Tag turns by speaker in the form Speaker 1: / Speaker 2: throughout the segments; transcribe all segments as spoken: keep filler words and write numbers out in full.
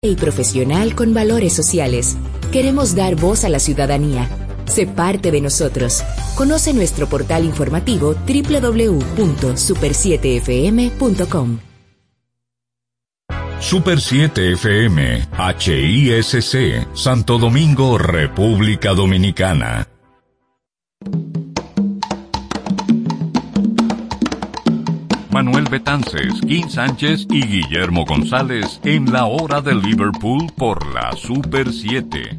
Speaker 1: Y profesional con valores sociales. Queremos dar voz a la ciudadanía. Sé parte de nosotros. Conoce nuestro portal informativo doble u doble u doble u punto super siete f m punto com.
Speaker 2: Super siete F M, H I S C, Santo Domingo, República Dominicana. Manuel Betances, Kim Sánchez y Guillermo González en la hora de Liverpool por la Super siete.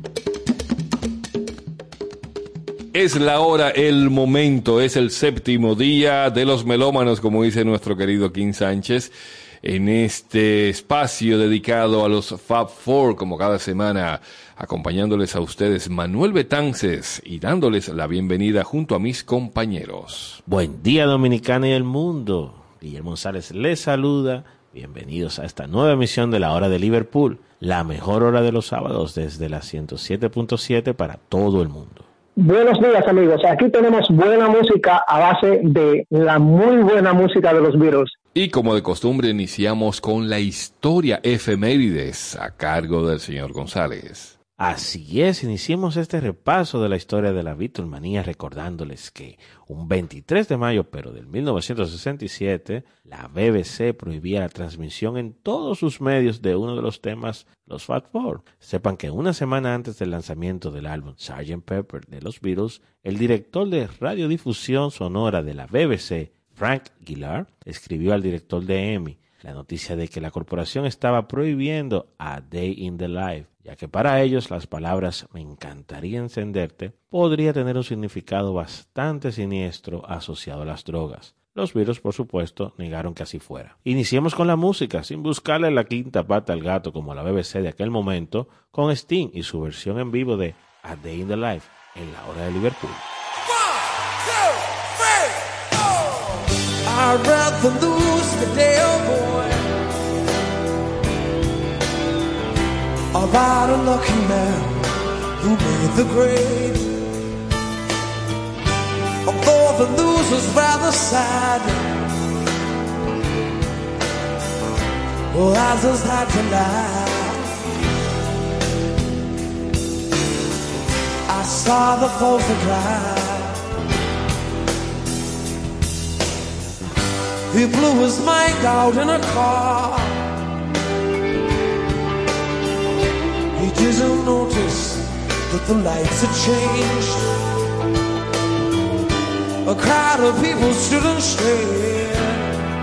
Speaker 3: Es la hora, el momento, es el séptimo día de los melómanos, como dice nuestro querido Kim Sánchez, en este espacio dedicado a los Fab Four, como cada semana, acompañándoles a ustedes Manuel Betances y dándoles la bienvenida junto a mis compañeros.
Speaker 4: Buen día, Dominicana y el mundo. Guillermo González les saluda. Bienvenidos a esta nueva emisión de la hora de Liverpool, la mejor hora de los sábados desde la ciento siete punto siete para todo el mundo.
Speaker 5: Buenos días, amigos. Aquí tenemos buena música a base de la muy buena música de los Beatles.
Speaker 3: Y como de costumbre iniciamos con la historia efemérides a cargo del señor González.
Speaker 4: Así es, iniciemos este repaso de la historia de la Beatlemanía recordándoles que un veintitrés de mayo, pero del mil novecientos sesenta y siete, la B B C prohibía la transmisión en todos sus medios de uno de los temas, los Fab Four. Sepan que una semana antes del lanzamiento del álbum sergeant Pepper de los Beatles, el director de radiodifusión sonora de la B B C, Frank Gillard, escribió al director de EMI la noticia de que la corporación estaba prohibiendo A Day in the Life, ya que para ellos las palabras "me encantaría encenderte" podría tener un significado bastante siniestro asociado a las drogas. Los Beatles, por supuesto, negaron que así fuera. Iniciemos con la música, sin buscarle la quinta pata al gato como la B B C de aquel momento, con Sting y su versión en vivo de A Day in the Life en la hora de Liverpool.
Speaker 6: I'd rather lose the day, oh boy, about a lucky man who made the grade. Although the news was rather sad, well, I just had to laugh. I saw the photograph. He blew his mind out in a car. He didn't notice that the lights had changed. A crowd of people stood and stared.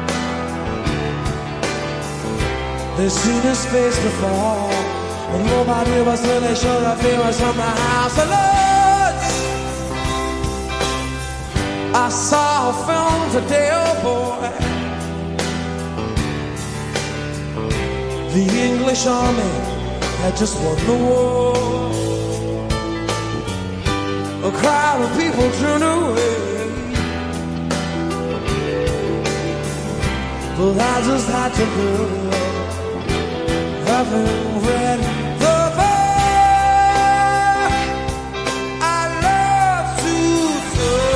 Speaker 6: They'd seen his face before, and nobody was really sure if he was from the House of Lords. I saw a film today, oh boy. The English army had just won the war. A crowd of people turned away, but I just had to go, having read the book I love to serve.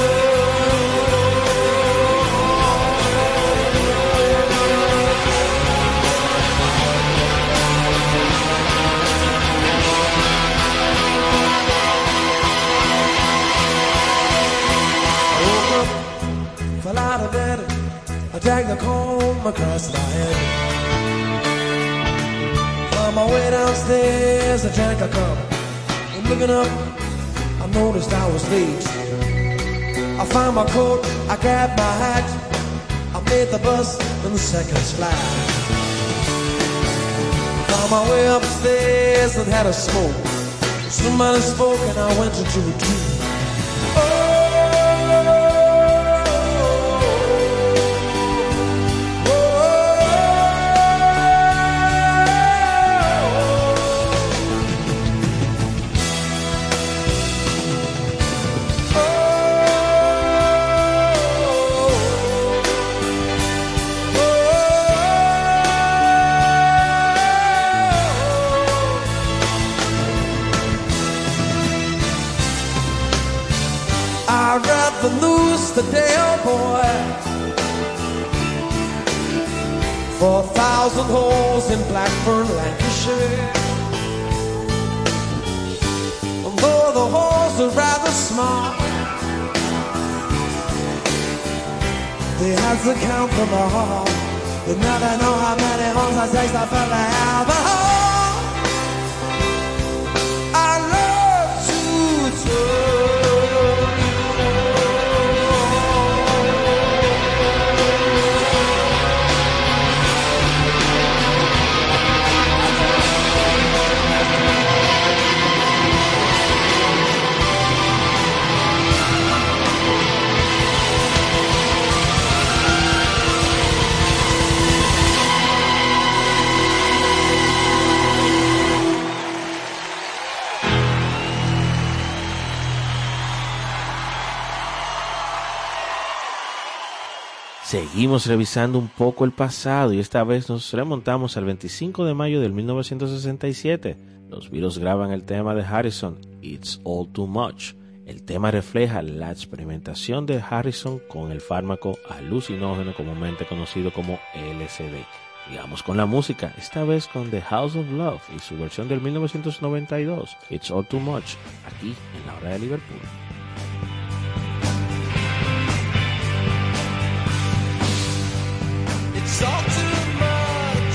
Speaker 6: Fell out of bed, I dragged the comb across my head. On my way downstairs, I drank a cup. And looking up, I noticed I was late. I found my coat, I grabbed my hat. I made the bus in the second flat. Found my way upstairs and had a smoke. Somebody spoke and I went into a dream. I'd rather lose the day, oh boy, for a thousand holes in Blackburn, Lancashire. Although the holes are rather small, they have to count them all. They never know how many holes I takes to fill the alcohol. I love to touch.
Speaker 4: Seguimos revisando un poco el pasado y esta vez nos remontamos al veinticinco de mayo del mil novecientos sesenta y siete. Los Beatles graban el tema de Harrison, It's All Too Much. El tema refleja la experimentación de Harrison con el fármaco alucinógeno comúnmente conocido como L S D. Sigamos con la música, esta vez con The House of Love y su versión del mil novecientos noventa y dos, It's All Too Much, aquí en la hora de Liverpool.
Speaker 6: It's all too much.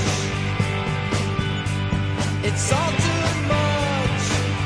Speaker 6: It's all too much.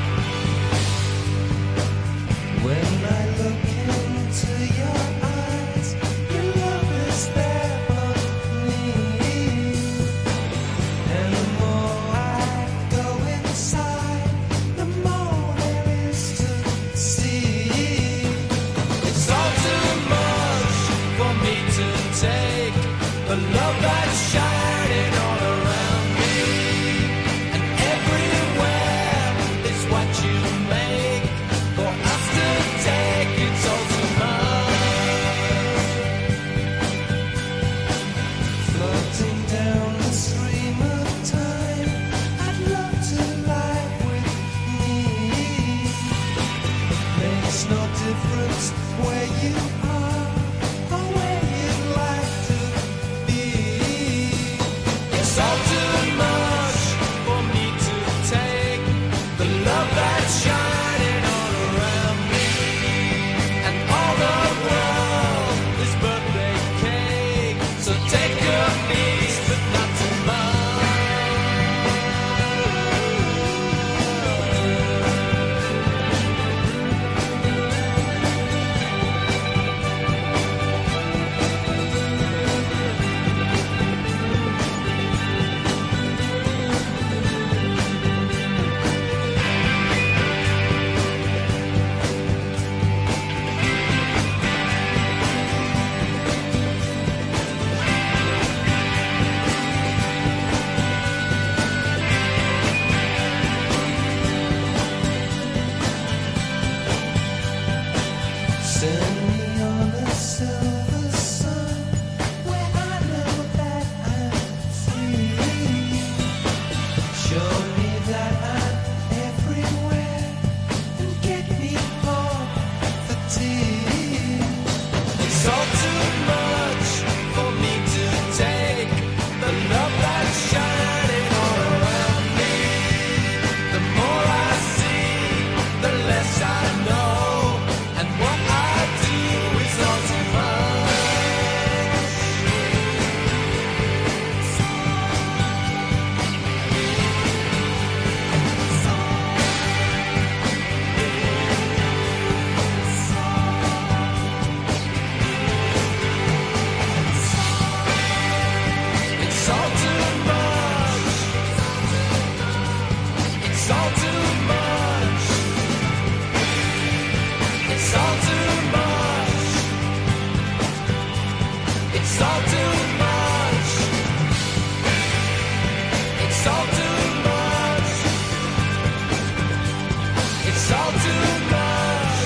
Speaker 6: When I look into your eyes, your love is there for me. And the more I go inside, the more there is to see. It's all too much for me to take. The love that's shining all around me, and everywhere is what you make for us to take. It's all too much. Floating down the stream of time, I'd love to lie with me. Makes no difference where you are or where you'd like to. It's all too much for me to take. The love that's shining all around me, and all the world is birthday cake. So take a piece, but not too much. Send me on a silver sun where I know that I'm free. Show me that I'm everywhere and get me home for tea. It's all too much for me to take. The love that's shining all around me. The more I see, the less I know. And what I do is all too much. It's all too much. It's all too much. It's all too much. It's all too much. It's all too much. It's all too much.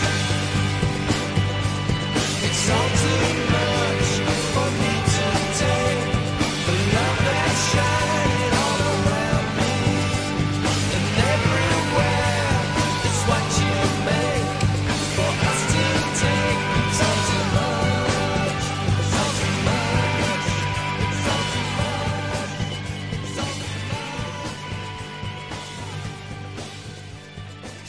Speaker 6: It's all too much for me to take. The love that's shining all around me, and every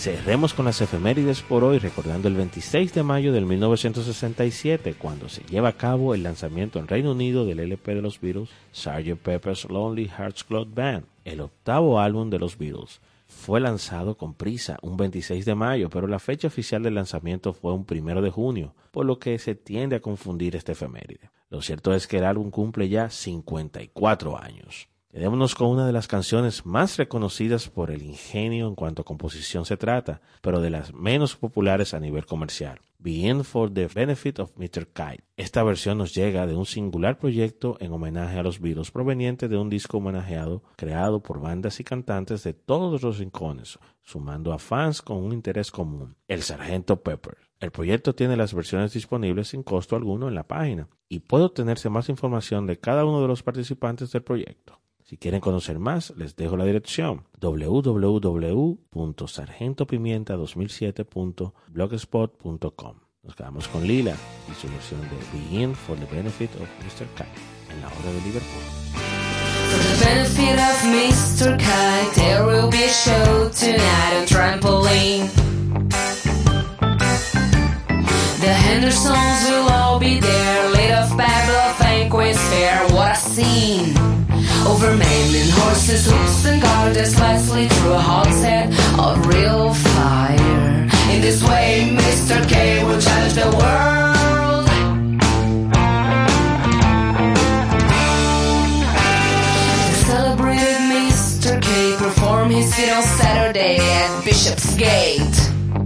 Speaker 4: Cerremos con las efemérides por hoy, recordando el veintiséis de mayo del mil novecientos sesenta y siete, cuando se lleva a cabo el lanzamiento en Reino Unido del L P de los Beatles, sergeant Pepper's Lonely Hearts Club Band, el octavo álbum de los Beatles. Fue lanzado con prisa un veintiséis de mayo, pero la fecha oficial del lanzamiento fue un primero de junio, por lo que se tiende a confundir esta efeméride. Lo cierto es que el álbum cumple ya cincuenta y cuatro años. Quedémonos con una de las canciones más reconocidas por el ingenio en cuanto a composición se trata, pero de las menos populares a nivel comercial. Begin for the Benefit of mister Kite. Esta versión nos llega de un singular proyecto en homenaje a los Beatles proveniente de un disco homenajeado creado por bandas y cantantes de todos los rincones, sumando a fans con un interés común, el sargento Pepper. El proyecto tiene las versiones disponibles sin costo alguno en la página y puede obtenerse más información de cada uno de los participantes del proyecto. Si quieren conocer más, les dejo la dirección doble u doble u doble u punto sargento pimienta dos mil siete punto blogspot punto com. Nos quedamos con Lila y su versión de Begin for the Benefit of mister Kite en la hora de Liverpool.
Speaker 7: For the benefit of mister Kite, there will be a show tonight on trampoline. The Hendersons will all be there, late of Pablo Vanquist Fair. What a scene! Over men and horses, hoops and garters, Leslie through a hogshead of real fire. In this way, mister K will challenge the world. The celebrated mister K performed his feat on Saturday at Bishopsgate.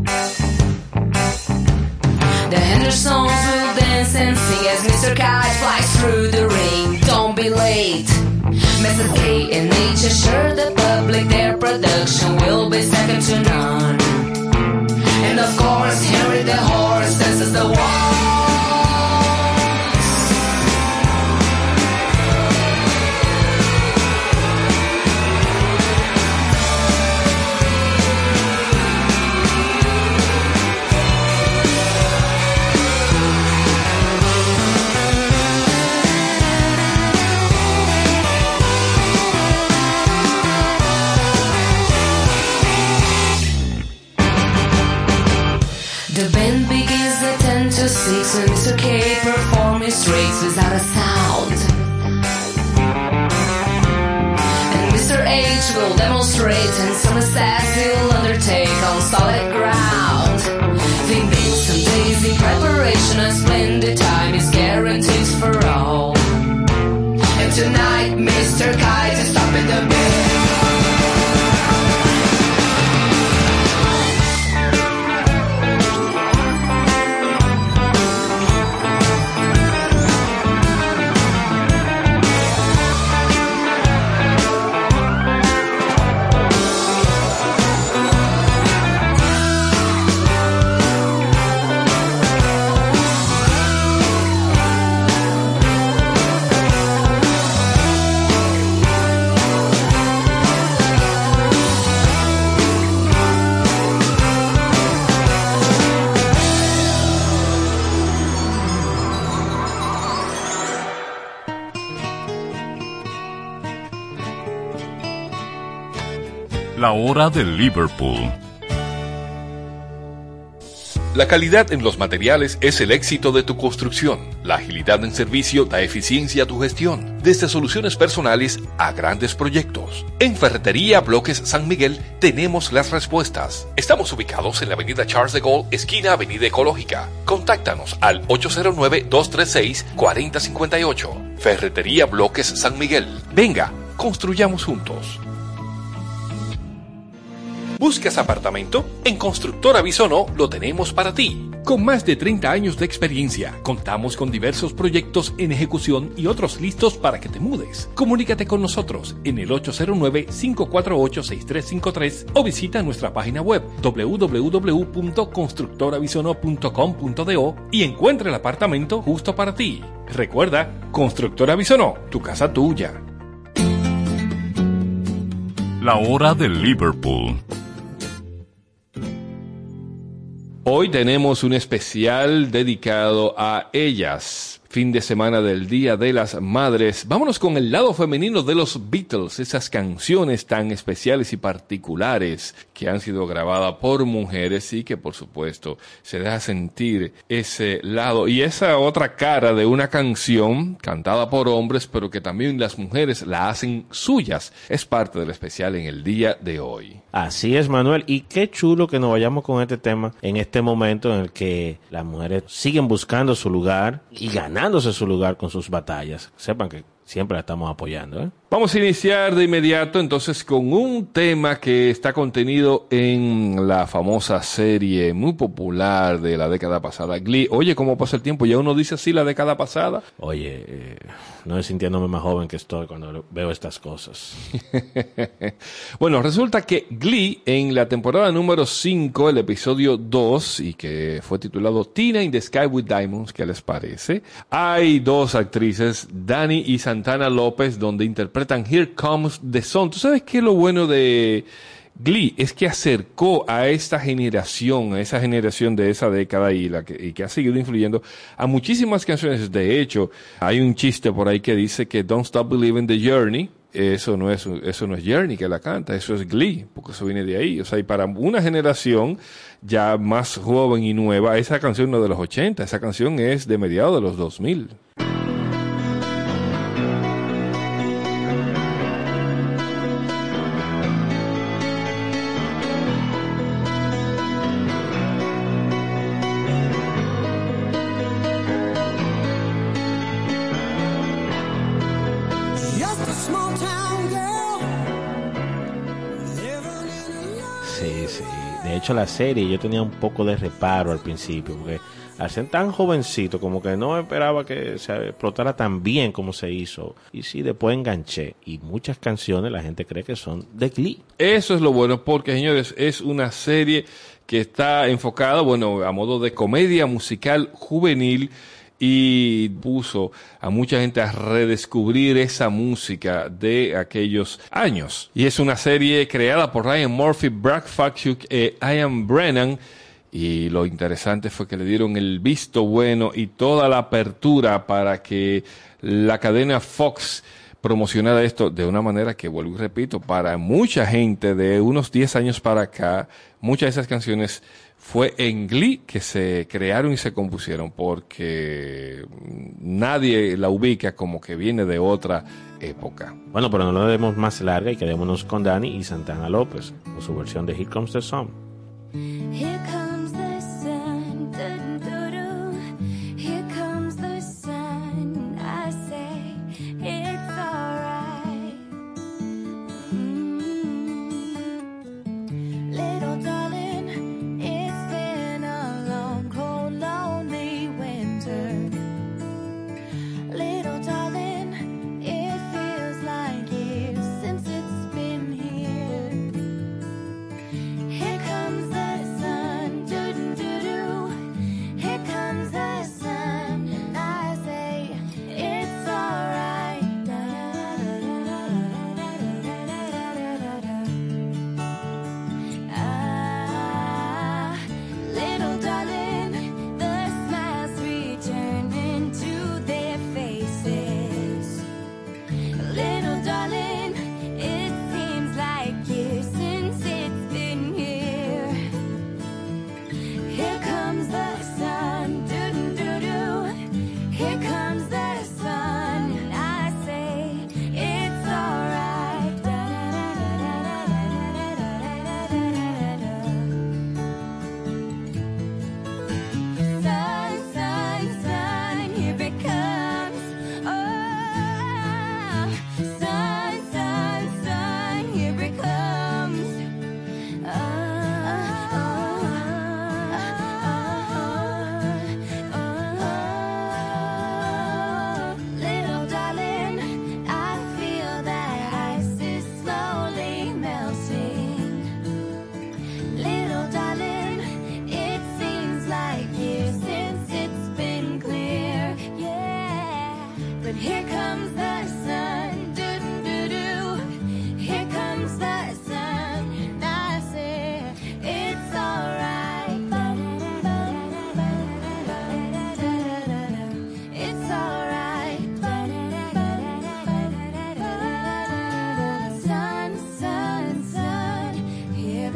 Speaker 7: The Hendersons will dance and sing as mister Kite flies through the ring. Don't be late. Missus K and H assure the public their production will be second to none. And of course, Henry the horse dances the waltz. Six and mister K perform his tricks without a sound. And mister H will demonstrate, and some stats he'll undertake on solid ground. They make some days in preparation, a splendid time is guaranteed for all. And tonight mister Kite is stopping the bill.
Speaker 2: La hora de Liverpool.
Speaker 3: La calidad en los materiales es el éxito de tu construcción. La agilidad en servicio da eficiencia a tu gestión, desde soluciones personales a grandes proyectos. En Ferretería Bloques San Miguel tenemos las respuestas. Estamos ubicados en la avenida Charles de Gaulle, esquina Avenida Ecológica. Contáctanos al ocho cero nueve, dos tres seis, cuatro cero cinco ocho. Ferretería Bloques San Miguel. Venga, construyamos juntos. ¿Buscas apartamento? En Constructora Bisonó lo tenemos para ti. Con más de treinta años de experiencia, contamos con diversos proyectos en ejecución y otros listos para que te mudes. Comunícate con nosotros en el ocho cero nueve, cinco cuatro ocho, seis tres cinco tres o visita nuestra página web doble u doble u doble u punto constructora bisonó punto com punto do y encuentra el apartamento justo para ti. Recuerda, Constructora Bisonó, tu casa tuya.
Speaker 2: La hora de Liverpool.
Speaker 3: Hoy tenemos un especial dedicado a ellas, fin de semana del Día de las Madres. Vámonos con el lado femenino de los Beatles, esas canciones tan especiales y particulares que han sido grabadas por mujeres y que por supuesto se deja sentir ese lado y esa otra cara de una canción cantada por hombres, pero que también las mujeres la hacen suyas. Es parte del especial en el día de hoy.
Speaker 4: Así es, Manuel, y qué chulo que nos vayamos con este tema en este momento en el que las mujeres siguen buscando su lugar y ganándose su lugar con sus batallas. Sepan que siempre la estamos apoyando, ¿eh?
Speaker 3: Vamos a iniciar de inmediato entonces con un tema que está contenido en la famosa serie muy popular de la década pasada, Glee. Oye, ¿cómo pasa el tiempo? Ya uno dice así la década pasada.
Speaker 4: Oye, eh, no es sintiéndome más joven que estoy cuando veo estas cosas.
Speaker 3: Bueno, resulta que Glee en la temporada número cinco, el episodio dos, y que fue titulado Tina in the Sky with Diamonds, ¿qué les parece? Hay dos actrices, Dani y Santana López, donde interpretan Here Comes the Sun. ¿Tú sabes qué es lo bueno de Glee? Es que acercó a esta generación, a esa generación de esa década y, la que, y que ha seguido influyendo a muchísimas canciones. De hecho, hay un chiste por ahí que dice que Don't Stop Believing the Journey. Eso no es, eso no es Journey que la canta, eso es Glee, porque eso viene de ahí. O sea, y para una generación ya más joven y nueva, esa canción no es de los ochenta, esa canción es de mediados de los dos mil.
Speaker 4: De hecho, la serie yo tenía un poco de reparo al principio, porque al ser tan jovencito, como que no esperaba que se explotara tan bien como se hizo. Y sí, después enganché. Y muchas canciones la gente cree que son de Glee.
Speaker 3: Eso es lo bueno, porque, señores, es una serie que está enfocada, bueno, a modo de comedia musical juvenil, y puso a mucha gente a redescubrir esa música de aquellos años. Y es una serie creada por Ryan Murphy, Brad Falchuk e Ian Brennan, y lo interesante fue que le dieron el visto bueno y toda la apertura para que la cadena Fox promocionara esto de una manera que, vuelvo y repito, para mucha gente de unos diez años para acá, muchas de esas canciones fue en Glee que se crearon y se compusieron, porque nadie la ubica como que viene de otra época.
Speaker 4: Bueno, pero no lo demos más larga y quedémonos con Dani y Santana López, con su versión de Here Comes the Sun.
Speaker 8: Here comes the sun, dun, dun, dun. Here comes the sun, I say it's alright. Mm-hmm. Little darling, it's been a long, cold, lonely winter. Little darling, it feels like years since it's been here. Here comes the sun.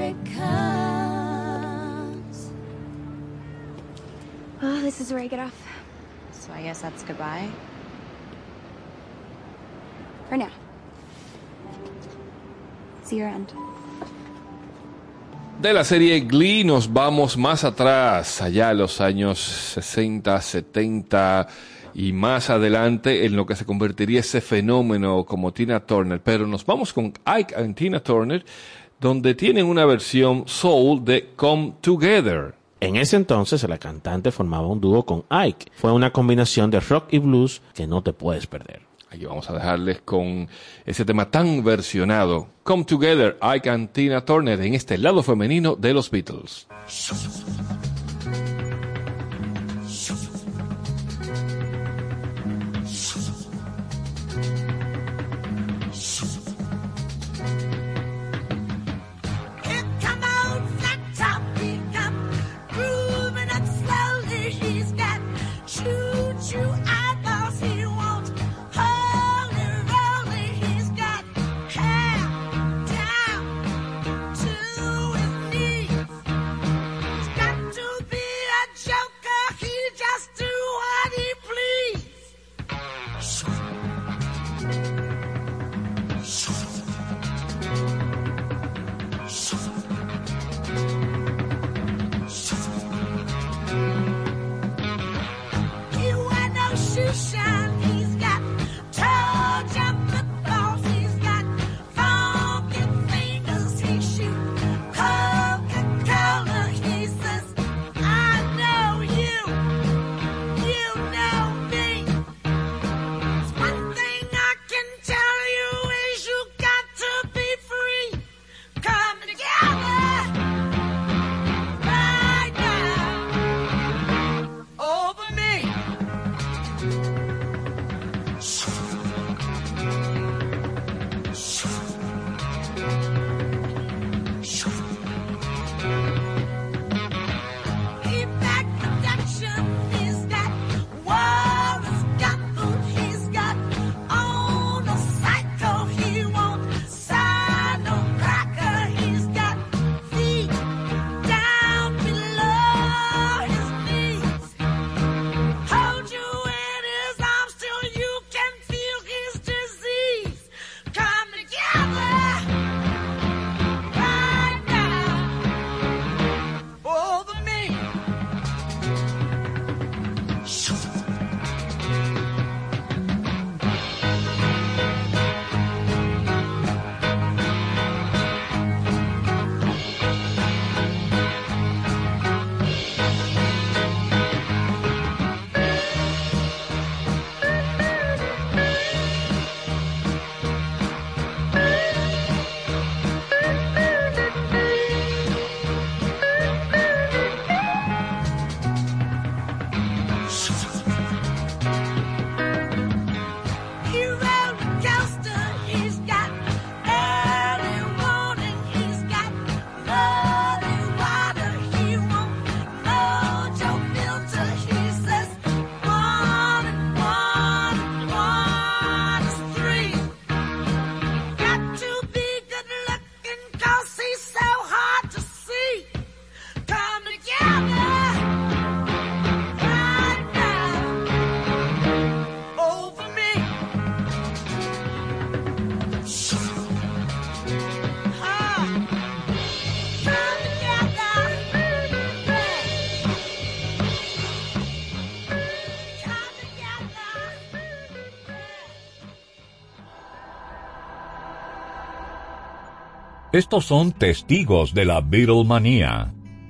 Speaker 8: it comes.
Speaker 9: Oh, this is where I get off.
Speaker 10: So I guess that's goodbye?
Speaker 9: For now. See you around.
Speaker 3: De la serie Glee nos vamos más atrás, allá a los años sesenta, setenta y más adelante en lo que se convertiría ese fenómeno como Tina Turner. Pero nos vamos con Ike and Tina Turner, donde tienen una versión soul de Come Together.
Speaker 4: En ese entonces la cantante formaba un dúo con Ike. Fue una combinación de rock y blues que no te puedes perder.
Speaker 3: Aquí vamos a dejarles con ese tema tan versionado. Come Together, Ike and Tina Turner, en este lado femenino de los Beatles.
Speaker 2: Estos son testigos de la Beatlemanía.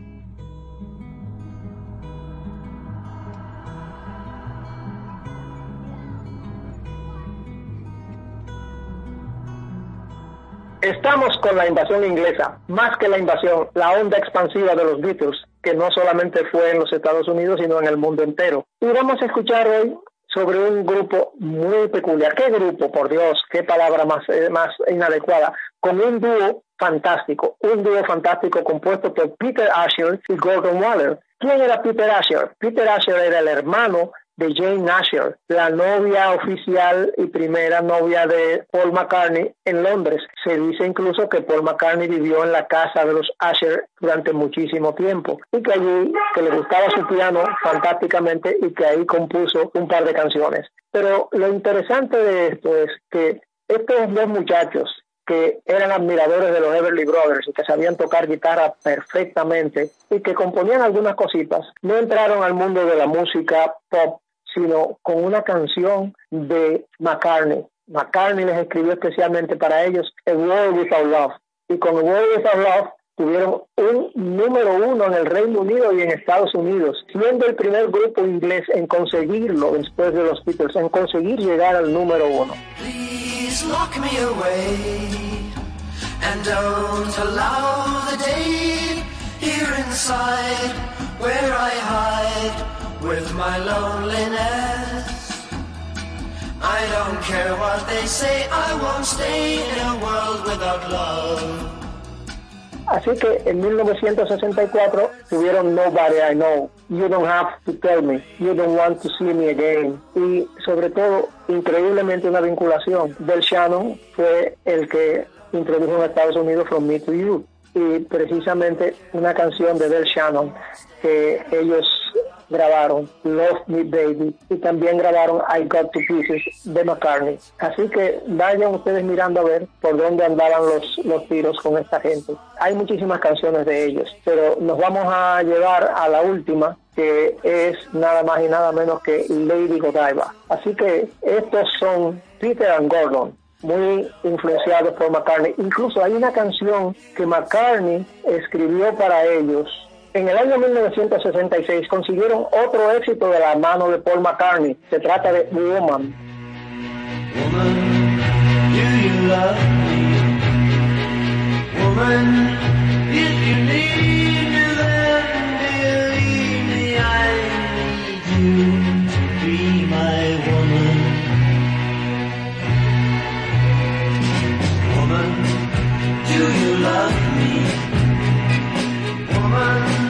Speaker 5: Estamos con la invasión inglesa, más que la invasión, la onda expansiva de los Beatles, que no solamente fue en los Estados Unidos, sino en el mundo entero. Y vamos a escuchar hoy sobre un grupo muy peculiar. ¿Qué grupo? Por Dios, qué palabra más, eh, más inadecuada. Con un dúo fantástico, un dúo fantástico compuesto por Peter Asher y Gordon Waller. ¿Quién era Peter Asher? Peter Asher era el hermano de Jane Asher, la novia oficial y primera novia de Paul McCartney en Londres. Se dice incluso que Paul McCartney vivió en la casa de los Asher durante muchísimo tiempo y que allí, que le gustaba su piano fantásticamente y que ahí compuso un par de canciones. Pero lo interesante de esto es que estos dos muchachos que eran admiradores de los Everly Brothers y que sabían tocar guitarra perfectamente y que componían algunas cositas, no entraron al mundo de la música pop, sino con una canción de McCartney. McCartney les escribió especialmente para ellos A World Without Love. Y con A World Without Love tuvieron un número uno en el Reino Unido y en Estados Unidos, siendo el primer grupo inglés en conseguirlo después de los Beatles, en conseguir llegar al número uno.
Speaker 6: Please lock me away and don't allow the day here inside where I hide with my loneliness. I don't care what they say, I won't stay in a world without love.
Speaker 5: Así que en mil novecientos sesenta y cuatro tuvieron Nobody I Know, You Don't Have to Tell Me, You Don't Want to See Me Again, y sobre todo, increíblemente, una vinculación. Del Shannon fue el que introdujo en Estados Unidos From Me to You, y precisamente una canción de Del Shannon que ellos grabaron, Love Me Baby, y también grabaron I Got to Pieces de McCartney. Así que vayan ustedes mirando a ver por dónde andaban los, los tiros con esta gente. Hay muchísimas canciones de ellos, pero nos vamos a llevar a la última, que es nada más y nada menos que Lady Godiva. Así que estos son Peter and Gordon, muy influenciados por McCartney. Incluso hay una canción que McCartney escribió para ellos. En el año mil novecientos sesenta y seis consiguieron otro éxito de la mano de Paul McCartney. Se trata de Woman.
Speaker 6: Woman, do you love me? Woman, if you need me, then believe me, I need you to be my woman. Woman, do you love me? Woman,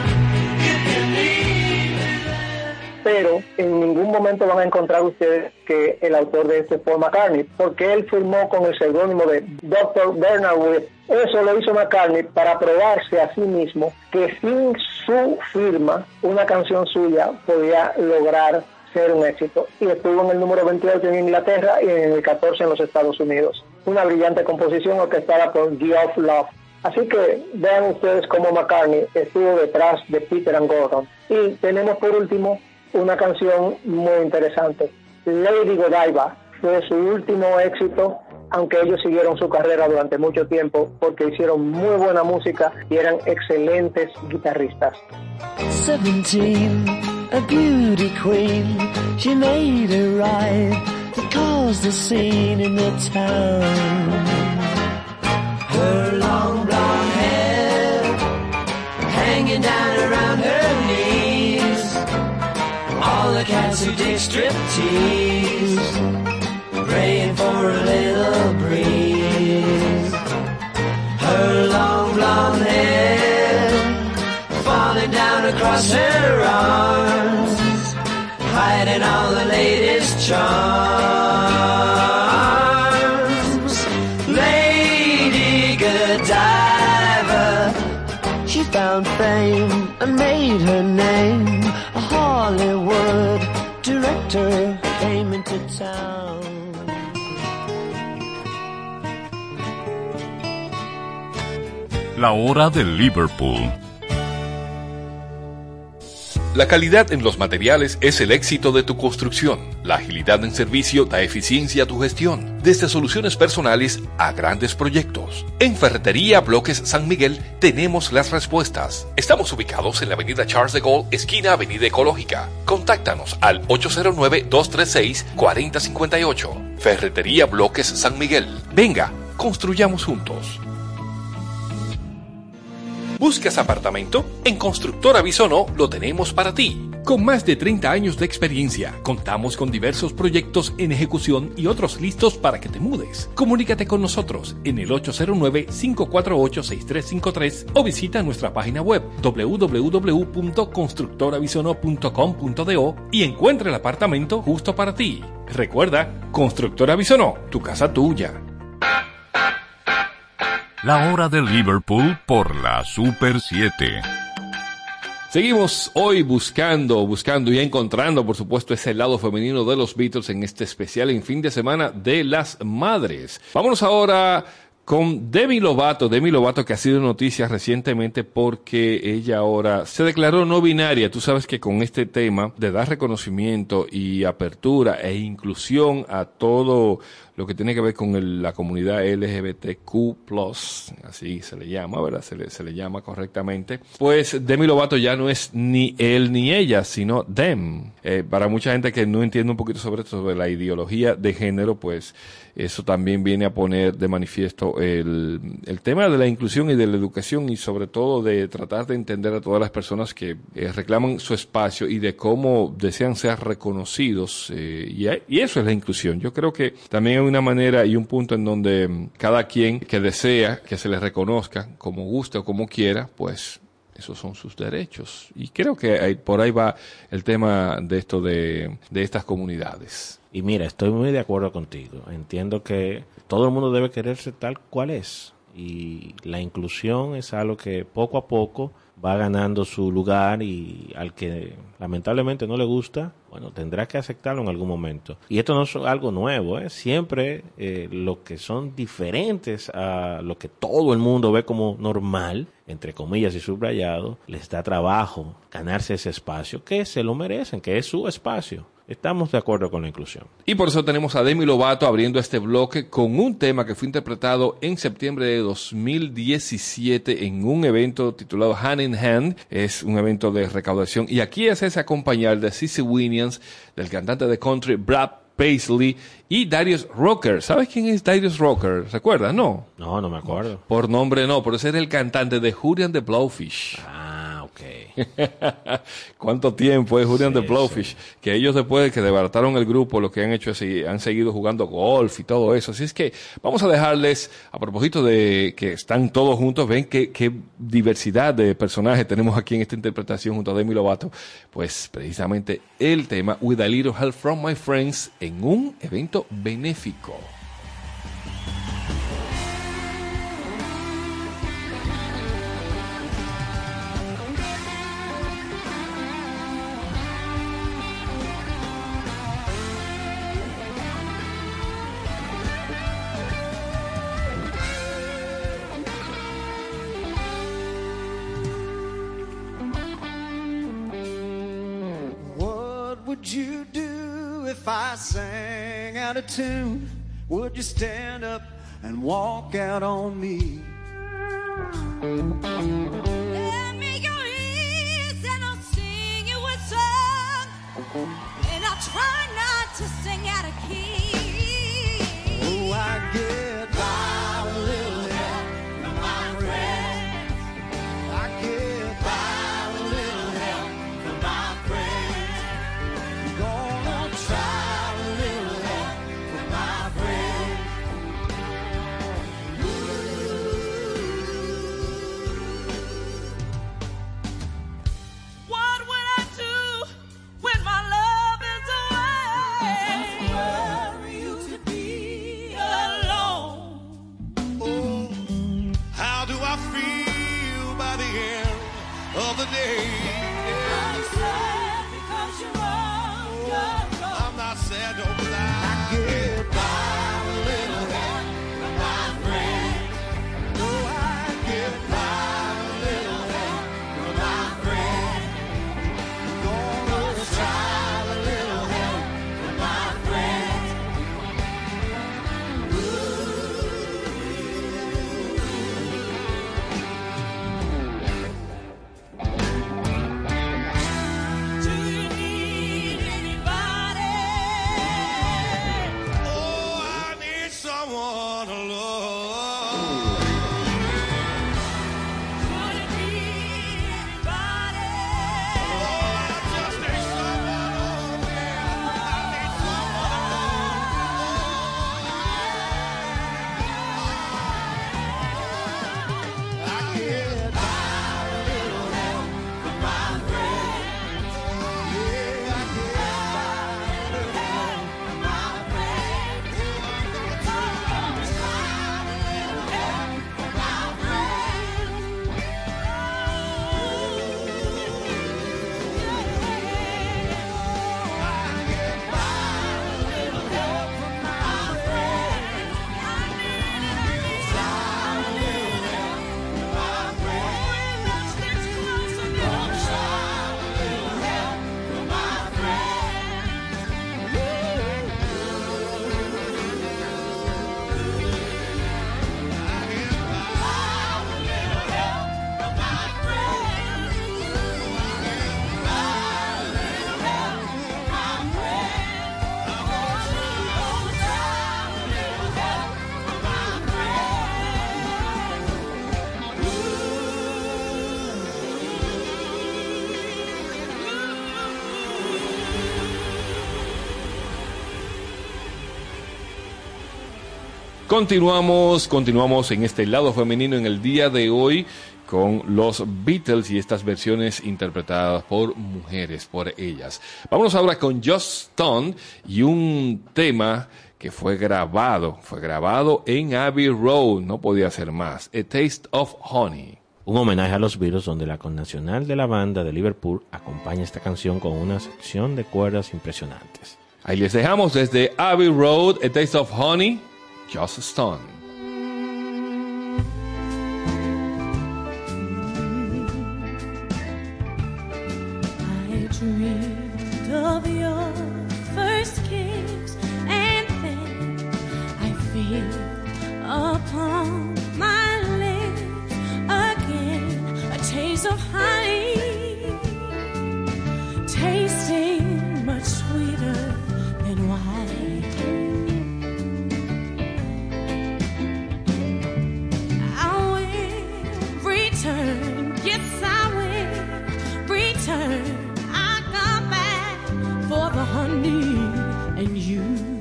Speaker 5: pero en ningún momento van a encontrar ustedes que el autor de este es Paul McCartney, porque él firmó con el seudónimo de doctor Bernard Wood. Eso lo hizo McCartney para probarse a sí mismo que sin su firma, una canción suya podía lograr ser un éxito. Y estuvo en el número veintiocho en Inglaterra y en el catorce en los Estados Unidos. Una brillante composición orquestada por Geoff Love. Así que vean ustedes cómo McCartney estuvo detrás de Peter and Gordon. Y tenemos por último una canción muy interesante. Lady Godiva fue su último éxito, aunque ellos siguieron su carrera durante mucho tiempo porque hicieron muy buena música y eran excelentes guitarristas.
Speaker 6: Seventeen, a beauty queen, she made a ride that caused a scene in the town. Her long blonde hair hanging down around her knees. All the cats who dig striptease, praying for a little breeze. Her long blonde hair falling down across her arms, hiding all the latest charms. Lady Godiva, she found fame and made her name. A Hollywood director came into town.
Speaker 2: La hora de Liverpool.
Speaker 3: La calidad en los materiales es el éxito de tu construcción. La agilidad en servicio da eficiencia a tu gestión, desde soluciones personales a grandes proyectos. En Ferretería Bloques San Miguel tenemos las respuestas. Estamos ubicados en la avenida Charles de Gaulle, esquina Avenida Ecológica. Contáctanos al ocho cero nueve, dos tres seis, cuatro cero cinco ocho. Ferretería Bloques San Miguel. Venga, construyamos juntos. ¿Buscas apartamento? En Constructora Bisonó lo tenemos para ti. Con más de treinta años de experiencia, contamos con diversos proyectos en ejecución y otros listos para que te mudes. Comunícate con nosotros en el ocho cero nueve, cinco cuatro ocho, seis tres cinco tres o visita nuestra página web doble u doble u doble u punto constructora bisonó punto com punto do y encuentra el apartamento justo para ti. Recuerda, Constructora Bisonó, tu casa tuya.
Speaker 2: La hora de Liverpool por la Super siete.
Speaker 3: Seguimos hoy buscando, buscando y encontrando, por supuesto, ese lado femenino de los Beatles en este especial en fin de semana de las madres. Vámonos ahora con Demi Lovato, Demi Lovato que ha sido noticia recientemente porque ella ahora se declaró no binaria. Tú sabes que con este tema de dar reconocimiento y apertura e inclusión a todo lo que tiene que ver con el, la comunidad L G B T Q plus, así se le llama, ¿verdad? Se le, se le llama correctamente. Pues Demi Lovato ya no es ni él ni ella, sino them. Eh, para mucha gente que no entiende un poquito sobre esto, sobre la ideología de género, pues eso también viene a poner de manifiesto el, el tema de la inclusión y de la educación y sobre todo de tratar de entender a todas las personas que eh, reclaman su espacio y de cómo desean ser reconocidos. Eh, y, y eso es la inclusión. Yo creo que también hay una manera y un punto en donde cada quien que desea que se le reconozca como guste o como quiera, pues esos son sus derechos. Y creo que hay, por ahí va el tema de esto de, de estas comunidades.
Speaker 4: Y mira, estoy muy de acuerdo contigo. Entiendo que todo el mundo debe quererse tal cual es. Y la inclusión es algo que poco a poco va ganando su lugar y al que lamentablemente no le gusta, bueno, tendrá que aceptarlo en algún momento. Y esto no es algo nuevo, ¿eh? Siempre eh, lo que son diferentes a lo que todo el mundo ve como normal, entre comillas y subrayado, les da trabajo ganarse ese espacio que se lo merecen, que es su espacio. Estamos de acuerdo con la inclusión.
Speaker 3: Y por eso tenemos a Demi Lovato abriendo este bloque con un tema que fue interpretado en septiembre de dos mil diecisiete en un evento titulado Hand in Hand. Es un evento de recaudación y aquí es ese acompañar de Cissy Winans, del cantante de country Brad Paisley y Darius Rucker. ¿Sabes quién es Darius Rucker? ¿Recuerdas? No.
Speaker 4: No, no me acuerdo.
Speaker 3: Por nombre no, pero ese era el cantante de Julian the Blowfish.
Speaker 4: Ah, ok.
Speaker 3: ¿Cuánto tiempo es Julian
Speaker 4: Sí,
Speaker 3: the Blowfish?
Speaker 4: sí.
Speaker 3: Que ellos después de que desbarataron el grupo, lo que han hecho es que han seguido jugando golf y todo eso. Así es que vamos a dejarles, a propósito de que están todos juntos, ven qué, qué diversidad de personajes tenemos aquí en esta interpretación junto a Demi Lovato. Pues precisamente el tema With a Little Help from My Friends en un evento benéfico.
Speaker 6: What would you do if I sang out of tune? Would you stand up and walk out on me?
Speaker 8: Let me go easy and I'll sing you a song, and I'll try not to sing out of key.
Speaker 6: Oh, I get by with a little help from my friends. I get by with a little help from my friends. I'm gonna try with a little help from my friends.
Speaker 8: What would I do when my love is away? Worry you to be alone.
Speaker 6: Oh, how do I feel by the end of the day?
Speaker 8: I'm sad because you're on your own.
Speaker 6: I'm not sad, no, but I get by with a little help from my friends. Oh, I get by with a little help from my friends. Gonna try with a little help from my friends.
Speaker 3: Continuamos, continuamos en este lado femenino en el día de hoy con los Beatles y estas versiones interpretadas por mujeres, por ellas. Vámonos ahora con Joss Stone y un tema que fue grabado, fue grabado en Abbey Road, no podía ser más, A Taste of Honey.
Speaker 4: Un homenaje a los Beatles donde la connacional de la banda de Liverpool acompaña esta canción con una sección de cuerdas impresionantes.
Speaker 3: Ahí les dejamos desde Abbey Road, A Taste of Honey, Joss Stone.
Speaker 8: Dreamed of your first kiss, and then I feel upon my lips again a taste of honey, tasting much sweeter than wine. I will return, yes I will return for the honey and you.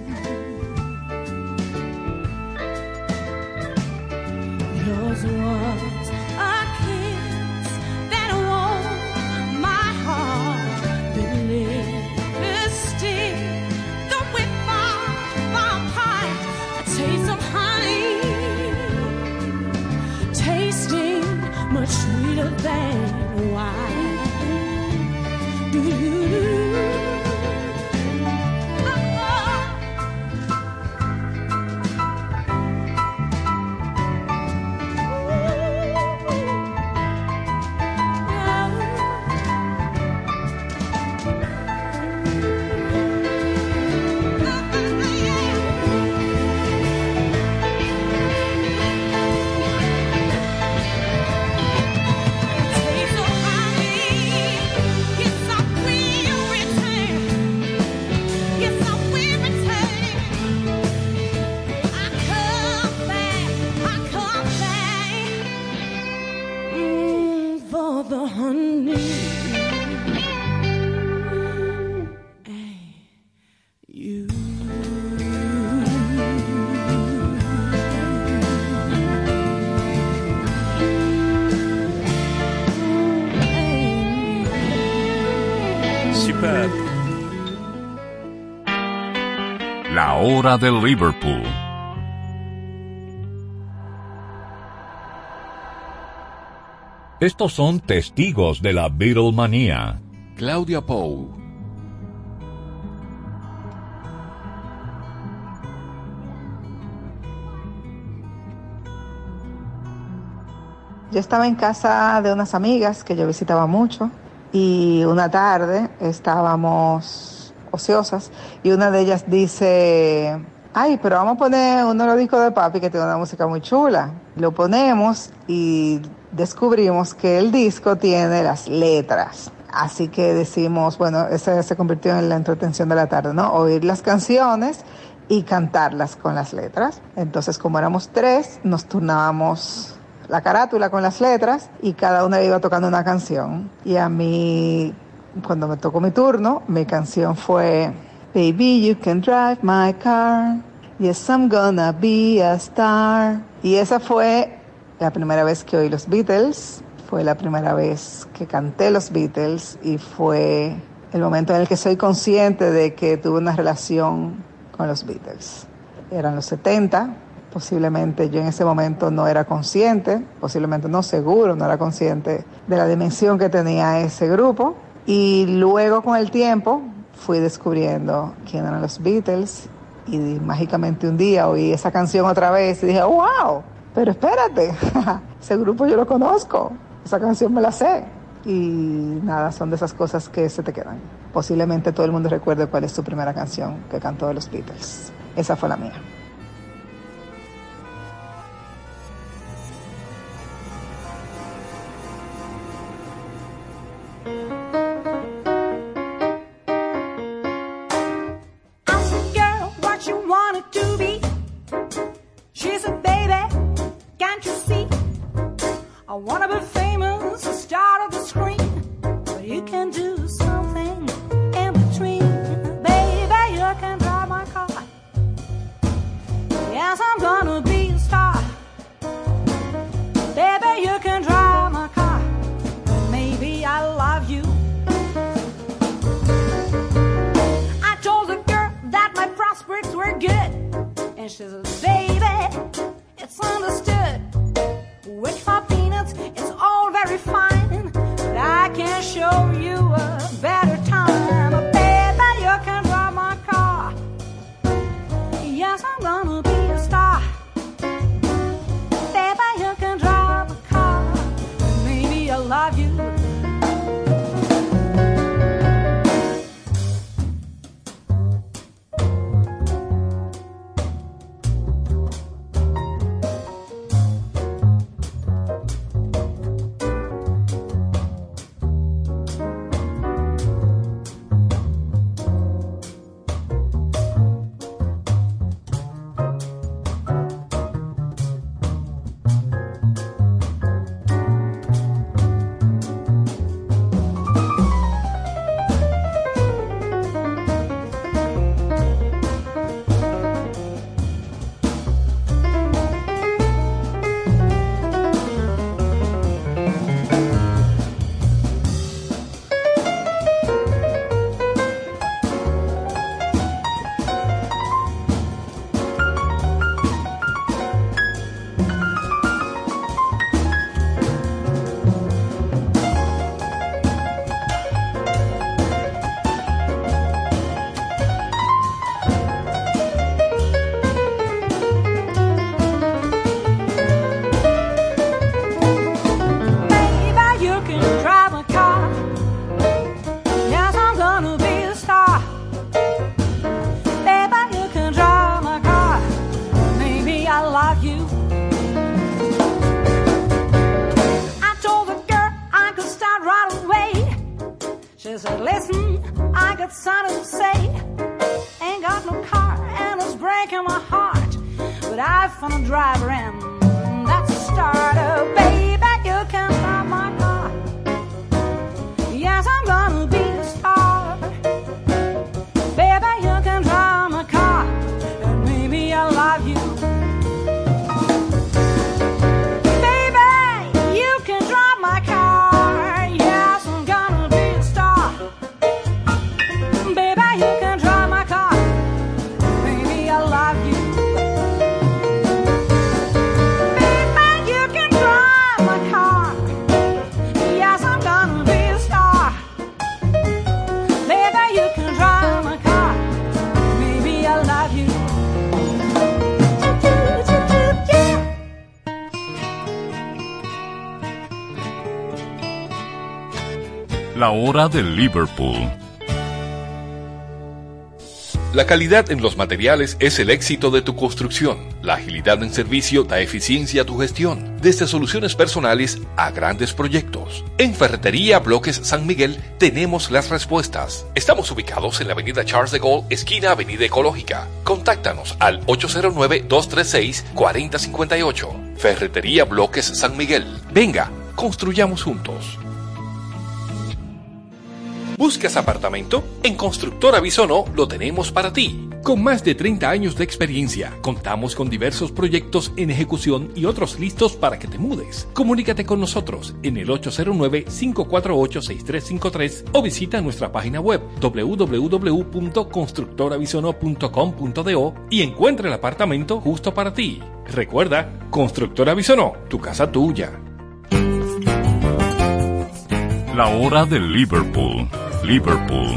Speaker 8: Yours was a kiss that warmed my heart, that lipstick, the whip of my heart, a taste of honey, tasting much sweeter than wine. Do you do?
Speaker 2: La hora de Liverpool. Estos son testigos de la Beatlemanía.
Speaker 3: Claudia Pou.
Speaker 11: Yo estaba en casa de unas amigas que yo visitaba mucho y una tarde estábamos ociosas y una de ellas dice: ay, pero vamos a poner uno de los discos de papi que tiene una música muy chula. Lo ponemos y descubrimos que el disco tiene las letras. Así que decimos, bueno, ese se convirtió en la entretención de la tarde, ¿no? Oír las canciones y cantarlas con las letras. Entonces, como éramos tres, nos turnábamos la carátula con las letras y cada una iba tocando una canción. Y a mí, cuando me tocó mi turno, mi canción fue Baby, you can drive my car, yes, I'm gonna be a star. Y esa fue la primera vez que oí los Beatles, fue la primera vez que canté los Beatles y fue el momento en el que soy consciente de que tuve una relación con los Beatles. Eran los setenta, posiblemente yo en ese momento no era consciente, posiblemente no seguro, no era consciente de la dimensión que tenía ese grupo. Y luego con el tiempo fui descubriendo quién eran los Beatles y mágicamente un día oí esa canción otra vez y dije, wow, pero espérate, ese grupo yo lo conozco, esa canción me la sé. Y nada, son de esas cosas que se te quedan. Posiblemente todo el mundo recuerde cuál es su primera canción que cantó de los Beatles. Esa fue la mía.
Speaker 8: I wanna be famous, a star of the screen, but you can do something in between. Baby, you can drive my car. Yes, I'm gonna She said, listen, I got something to say. Ain't got no car and it's breaking my heart, but I found a driver and that's a starter. Baby, you can drive my car. Yes, I'm gonna be the star. Baby, you can drive my car, and maybe I'll love you. Baby, you can drive my car. Yes, I'm gonna be the star. Baby, you can drive my car, maybe I'll love you. Baby, you can drive my car. Yes, I'm gonna be the star. Baby, you can drive my car, maybe I'll love you.
Speaker 2: La hora de Liverpool.
Speaker 3: La calidad en los materiales es el éxito de tu construcción. La agilidad en servicio da eficiencia a tu gestión, desde soluciones personales a grandes proyectos. En Ferretería Bloques San Miguel tenemos las respuestas. Estamos ubicados en la avenida Charles de Gaulle, esquina Avenida Ecológica. Contáctanos al ocho cero nueve, dos tres seis, cuatro cero cinco ocho. Ferretería Bloques San Miguel. Venga, construyamos juntos. ¿Buscas apartamento? En Constructora Bisonó lo tenemos para ti. Con más de treinta años de experiencia, contamos con diversos proyectos en ejecución y otros listos para que te mudes. Comunícate con nosotros en el ocho cero nueve, cinco cuatro ocho, seis tres cinco tres o visita nuestra página web doble u doble u doble u punto constructora bisonó punto com punto do y encuentra el apartamento justo para ti. Recuerda, Constructora Bisonó, tu casa tuya.
Speaker 2: La hora de Liverpool. Liverpool.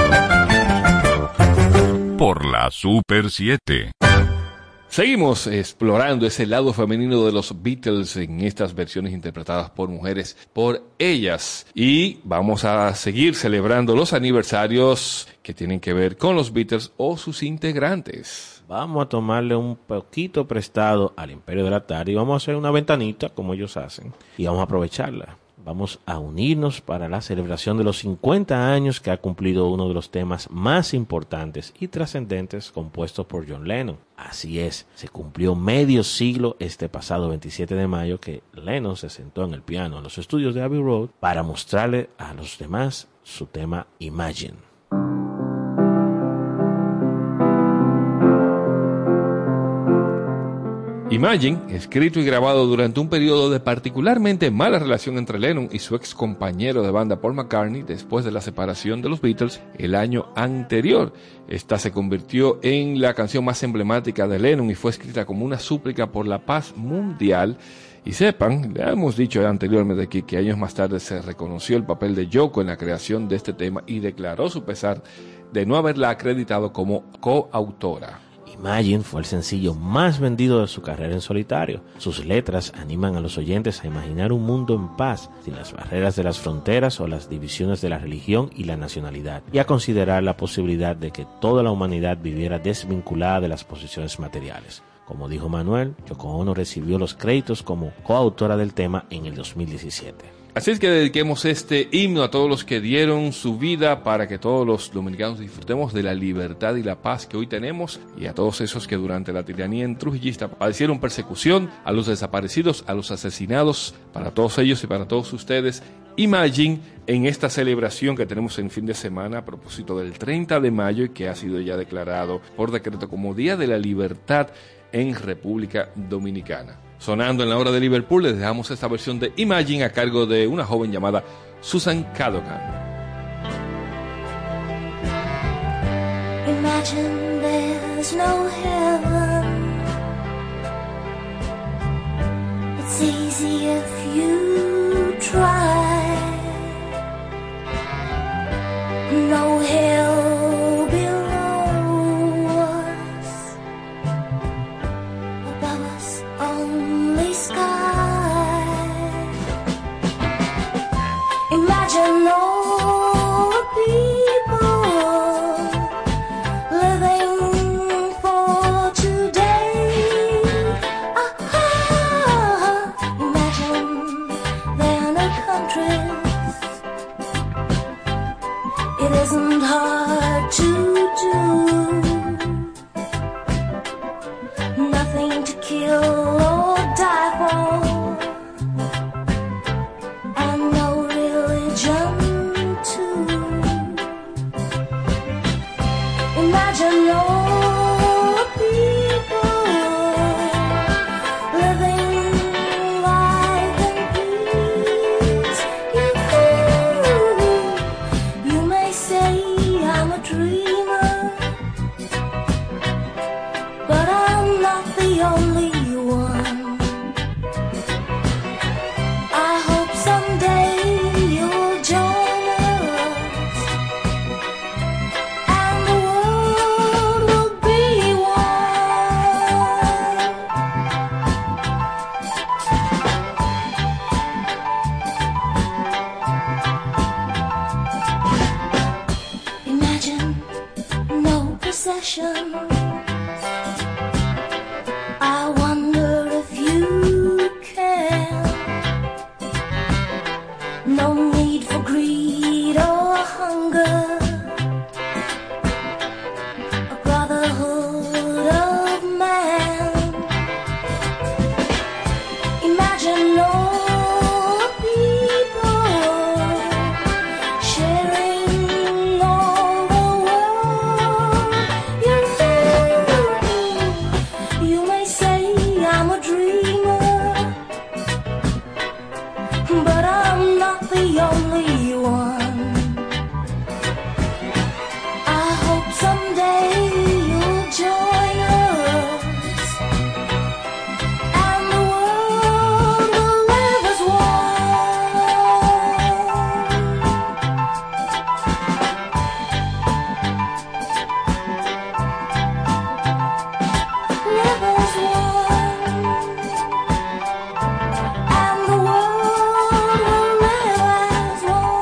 Speaker 2: Por la Super siete.
Speaker 3: Seguimos explorando ese lado femenino de los Beatles en estas versiones interpretadas por mujeres, por ellas. Y vamos a seguir celebrando los aniversarios que tienen que ver con los Beatles o sus integrantes.
Speaker 4: Vamos a tomarle un poquito prestado al Imperio del Atari y vamos a hacer una ventanita como ellos hacen y vamos a aprovecharla. Vamos a unirnos para la celebración de los cincuenta años que ha cumplido uno de los temas más importantes y trascendentes compuestos por John Lennon. Así es, se cumplió medio siglo este pasado veintisiete de mayo que Lennon se sentó en el piano en los estudios de Abbey Road para mostrarle a los demás su tema Imagine.
Speaker 3: Imagine, escrito y grabado durante un periodo de particularmente mala relación entre Lennon y su ex compañero de banda Paul McCartney después de la separación de los Beatles el año anterior. Esta se convirtió en la canción más emblemática de Lennon y fue escrita como una súplica por la paz mundial. Y sepan, le hemos dicho anteriormente aquí que años más tarde se reconoció el papel de Yoko en la creación de este tema y declaró su pesar de no haberla acreditado como coautora.
Speaker 4: Imagine fue el sencillo más vendido de su carrera en solitario. Sus letras animan a los oyentes a imaginar un mundo en paz, sin las barreras de las fronteras o las divisiones de la religión y la nacionalidad, y a considerar la posibilidad de que toda la humanidad viviera desvinculada de las posesiones materiales. Como dijo Manuel, Yoko Ono recibió los créditos como coautora del tema en el dos mil diecisiete.
Speaker 3: Así es que dediquemos este himno a todos los que dieron su vida para que todos los dominicanos disfrutemos de la libertad y la paz que hoy tenemos, y a todos esos que durante la tiranía en trujillista padecieron persecución, a los desaparecidos, a los asesinados, para todos ellos y para todos ustedes. Imagine en esta celebración que tenemos en fin de semana a propósito del treinta de mayo y que ha sido ya declarado por decreto como Día de la Libertad en República Dominicana. Sonando en la hora de Liverpool, les dejamos esta versión de Imagine a cargo de una joven llamada Susan Cadogan.
Speaker 12: Imagine there's no heaven. It's easy if you try. No hell below us. Above us only sky. Imagine all the people living for today. Ah, imagine there are no countries. No need for greed or hunger. A brotherhood of man. Imagine all people sharing all the world. You, you may say I'm a dreamer, but I'm not the only one. I hope someday you'll join us, and the world will live as one. Live as one, and the world will live as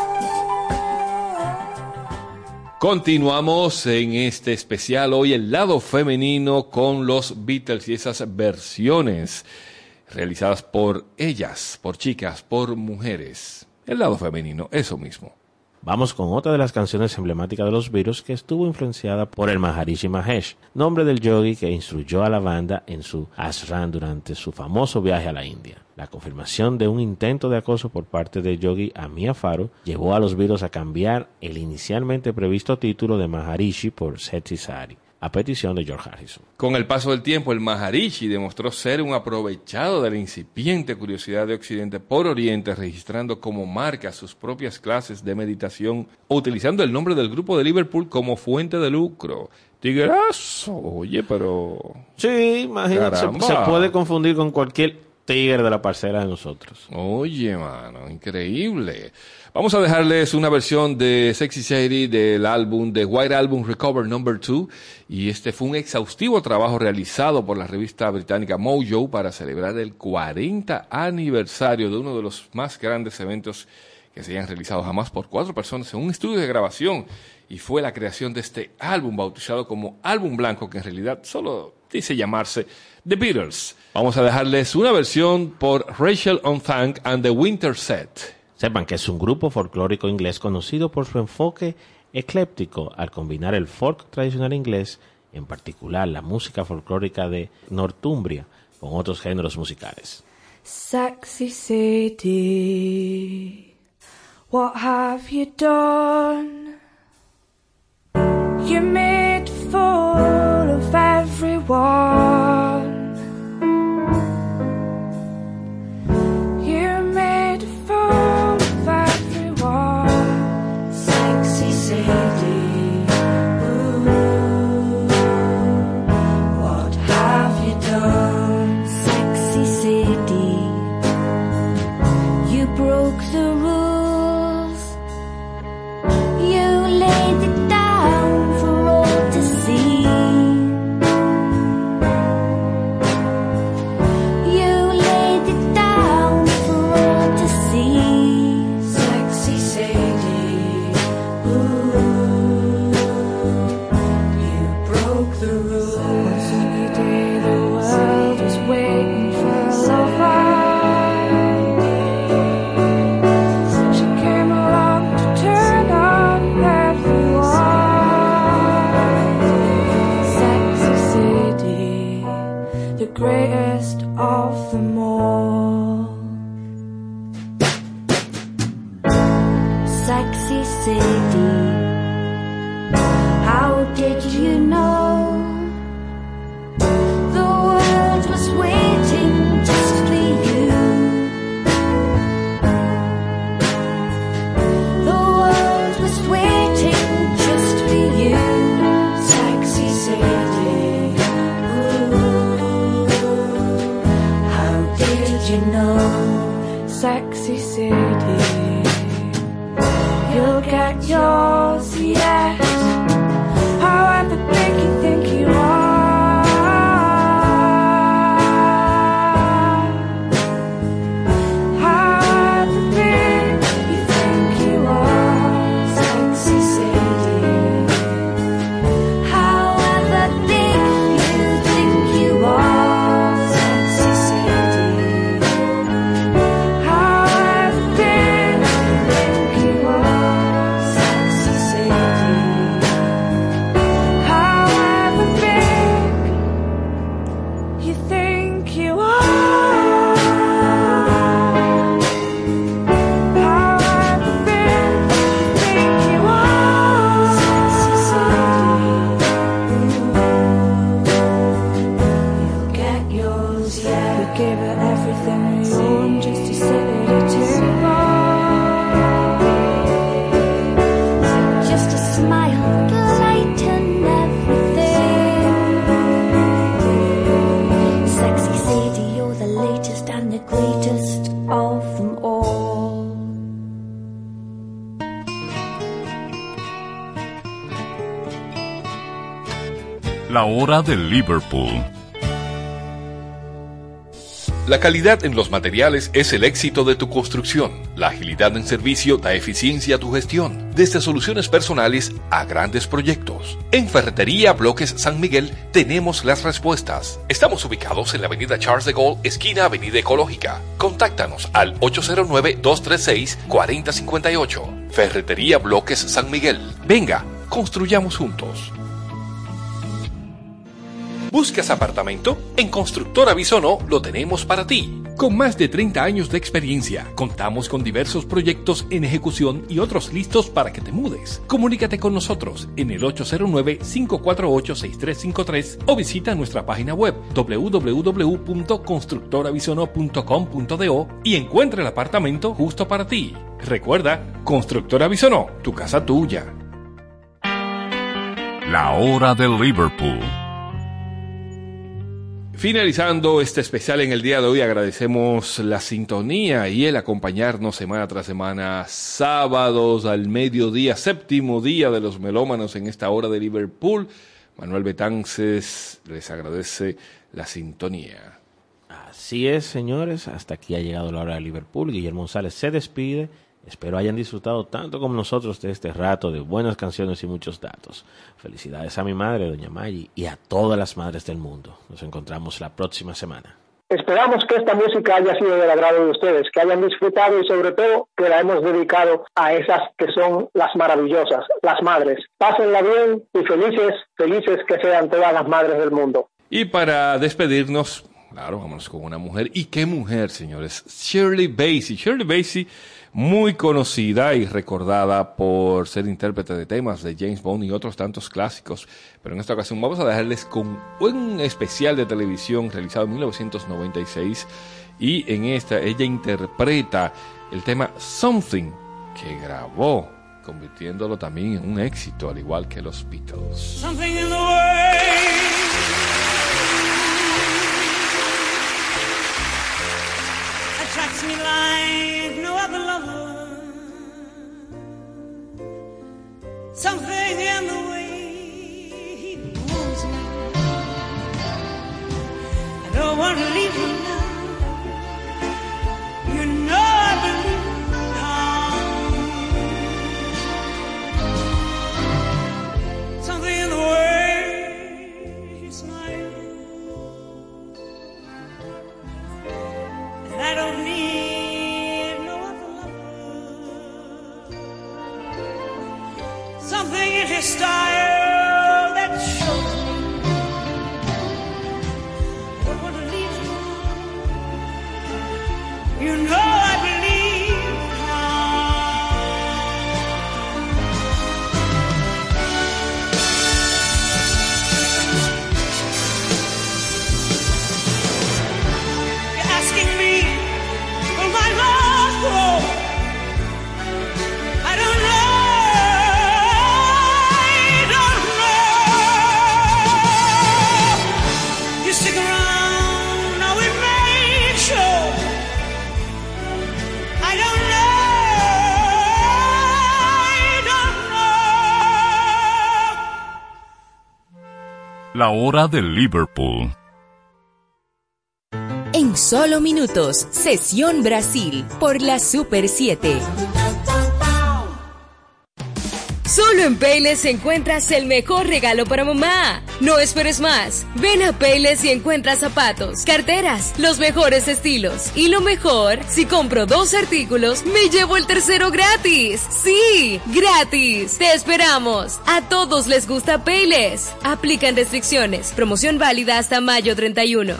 Speaker 12: one.
Speaker 3: Continuamos en este especial hoy el lado femenino con los Beatles y esas versiones realizadas por ellas, por chicas, por mujeres. El lado femenino, eso mismo.
Speaker 4: Vamos con otra de las canciones emblemáticas de los Beatles que estuvo influenciada por el Maharishi Mahesh, nombre del yogi que instruyó a la banda en su ashram durante su famoso viaje a la India. La confirmación de un intento de acoso por parte del yogi Amir Farooq llevó a los Beatles a cambiar el inicialmente previsto título de Maharishi por Seti Sari, a petición de George Harrison.
Speaker 3: Con el paso del tiempo, el Maharishi demostró ser un aprovechado de la incipiente curiosidad de Occidente por Oriente, registrando como marca sus propias clases de meditación, utilizando el nombre del grupo de Liverpool como fuente de lucro. Tiguerazo, oye, pero...
Speaker 4: Sí, imagínate, se, se puede confundir con cualquier tigre de la parcela de nosotros.
Speaker 3: Oye, mano, increíble. Vamos a dejarles una versión de Sexy Sadie del álbum, de White Album Recover number two, y este fue un exhaustivo trabajo realizado por la revista británica Mojo para celebrar el cuarenta aniversario de uno de los más grandes eventos que se hayan realizado jamás por cuatro personas en un estudio de grabación, y fue la creación de este álbum bautizado como Álbum Blanco, que en realidad solo dice llamarse The Beatles. Vamos a dejarles una versión por Rachel Onthang and the Winter Set.
Speaker 4: Sepan que es un grupo folclórico inglés conocido por su enfoque ecléptico al combinar el folk tradicional inglés, en particular la música folclórica de Northumbria, con otros géneros musicales.
Speaker 13: Sexy Sadie, what have you done? You made a fool of everyone. You made a fool of everyone. Sexy Sadie, ooh, what have you done? Sexy Sadie, you broke the rules. You laid it down for all to see. You laid it down for all to see. Sexy Sadie, ooh, you broke the rules. One sunny day the world was waiting for love. She came along to turn on everyone. Sexy Sadie, the greatest of them all. Sexy Sadie, how did you know the world was waiting just for you? The world was waiting just for you. Sexy Sadie, ooh, how did you know? Sexy Sadie, you'll get yours, yes. However big
Speaker 2: La hora de Liverpool.
Speaker 3: La calidad en los materiales es el éxito de tu construcción. La agilidad en servicio da eficiencia a tu gestión. Desde soluciones personales a grandes proyectos. En Ferretería Bloques San Miguel tenemos las respuestas. Estamos ubicados en la avenida Charles de Gaulle, esquina Avenida Ecológica. Contáctanos al ocho cero nueve, dos tres seis, cuatro cero cinco ocho. Ferretería Bloques San Miguel. Venga, construyamos juntos. ¿Buscas apartamento? En Constructora Bisonó lo tenemos para ti. Con más de treinta años de experiencia, contamos con diversos proyectos en ejecución y otros listos para que te mudes. Comunícate con nosotros en el ocho cero nueve, cinco cuatro ocho, seis tres cinco tres o visita nuestra página web doble u doble u doble u punto constructora bisonó punto com punto do y encuentra el apartamento justo para ti. Recuerda, Constructora Bisonó, tu casa tuya.
Speaker 2: La hora de Liverpool.
Speaker 3: Finalizando este especial en el día de hoy, agradecemos la sintonía y el acompañarnos semana tras semana, sábados al mediodía, séptimo día de los melómanos en esta hora de Liverpool. Manuel Betances les agradece la sintonía.
Speaker 4: Así es, señores, hasta aquí ha llegado la hora de Liverpool. Guillermo González se despide. Espero hayan disfrutado tanto como nosotros de este rato de buenas canciones y muchos datos. Felicidades a mi madre, doña Maggi, y a todas las madres del mundo. Nos encontramos la próxima semana.
Speaker 5: Esperamos que esta música haya sido del agrado de ustedes, que hayan disfrutado y sobre todo que la hemos dedicado a esas que son las maravillosas, las madres. Pásenla bien y felices, felices que sean todas las madres del mundo.
Speaker 3: Y para despedirnos, claro, vámonos con una mujer. ¿Y qué mujer, señores? Shirley Bassey. Shirley Bassey, muy conocida y recordada por ser intérprete de temas de James Bond y otros tantos clásicos. Pero en esta ocasión vamos a dejarles con un especial de televisión realizado en mil novecientos noventa y seis. Y en esta ella interpreta el tema Something, que grabó, convirtiéndolo también en un éxito, al igual que los Beatles.
Speaker 6: Something in the way attracts me like no other lover. Something in the way he moves me. I don't want to leave him now. You know I believe him now. Something in the way he smiles. And I don't need no other lover. Something in his style that shows me I don't want to leave him. You know I believe you're asking me, will my love grow? I don't know.
Speaker 2: La hora de Liverpool.
Speaker 1: En solo minutos, Sesión Brasil por la Super siete. Solo en Payless encuentras el mejor regalo para mamá. No esperes más. Ven a Payless y encuentras zapatos, carteras, los mejores estilos. Y lo mejor, si compro dos artículos, me llevo el tercero gratis. ¡Sí! ¡Gratis! ¡Te esperamos! A todos les gusta Payless. Aplican restricciones. Promoción válida hasta mayo treinta y uno.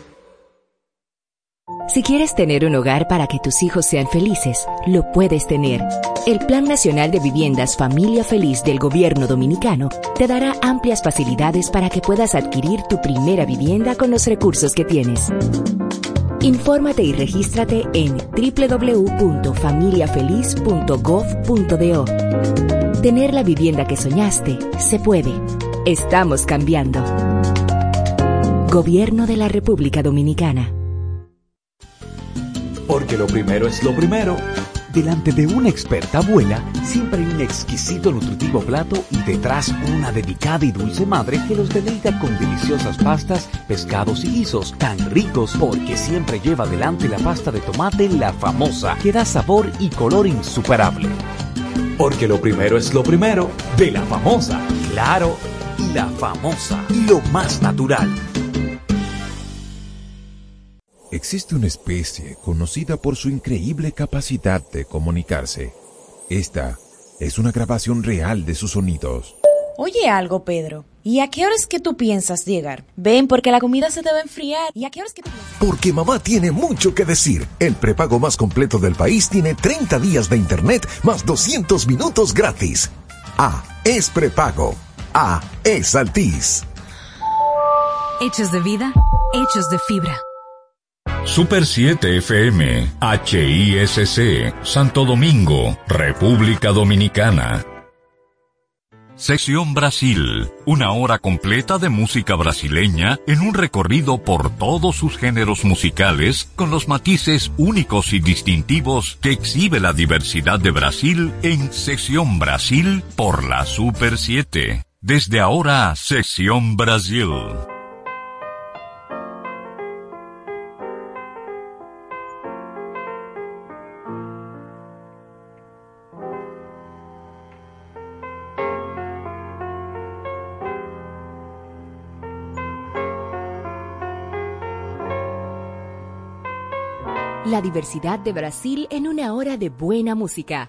Speaker 1: Si quieres tener un hogar para que tus hijos sean felices, lo puedes tener. El Plan Nacional de Viviendas Familia Feliz del Gobierno Dominicano te dará amplias facilidades para que puedas adquirir tu primera vivienda con los recursos que tienes. Infórmate y regístrate en doble u doble u doble u punto familia feliz punto gov punto do. Tener la vivienda que soñaste se puede. Estamos cambiando. Gobierno de la República Dominicana.
Speaker 14: Porque lo primero es lo primero. Delante de una experta abuela, siempre hay un exquisito nutritivo plato y detrás una dedicada y dulce madre que los deleita con deliciosas pastas, pescados y guisos tan ricos porque siempre lleva adelante la pasta de tomate La Famosa, que da sabor y color insuperable. Porque lo primero es lo primero, de La Famosa. Claro, La Famosa, lo más natural.
Speaker 15: Existe una especie conocida por su increíble capacidad de comunicarse. Esta es una grabación real de sus sonidos.
Speaker 16: Oye algo, Pedro. ¿Y a qué hora es que tú piensas llegar? Ven, porque la comida se te va a enfriar. ¿Y a qué hora es que tú piensas?
Speaker 17: Porque mamá tiene mucho que decir. El prepago más completo del país tiene treinta días de internet más doscientos minutos gratis. A es prepago. A es Altiz.
Speaker 18: Hechos de vida, hechos de fibra.
Speaker 2: Super siete F M, H I S C, Santo Domingo, República Dominicana. Sección Brasil, una hora completa de música brasileña en un recorrido por todos sus géneros musicales con los matices únicos y distintivos que exhibe la diversidad de Brasil en Sección Brasil por la Super siete. Desde ahora, Sección Brasil.
Speaker 1: La diversidad de Brasil en una hora de buena música.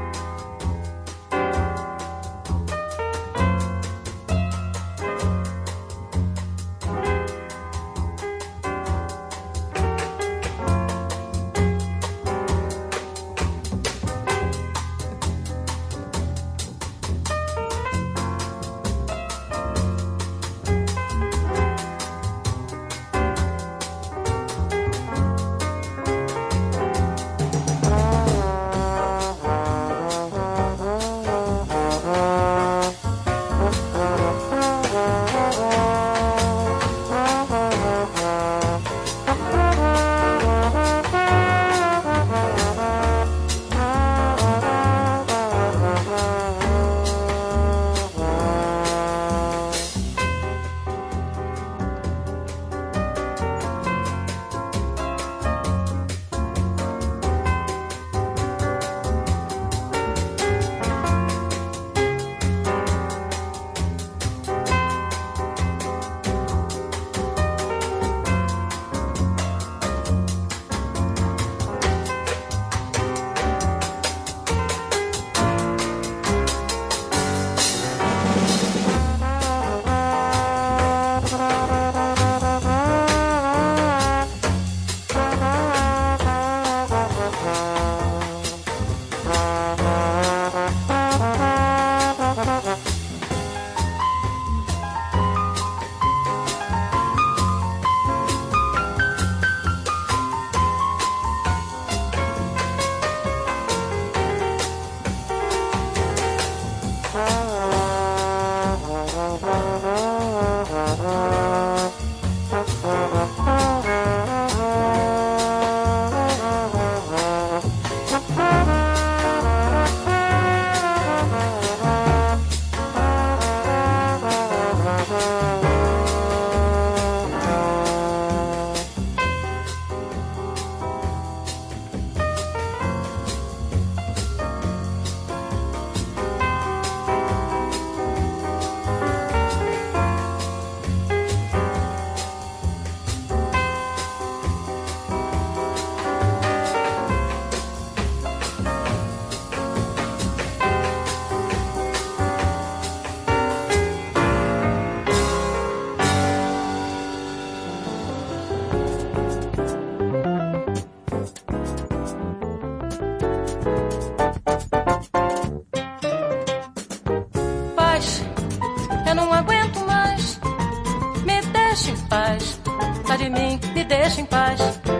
Speaker 19: de mim, me deixa em paz.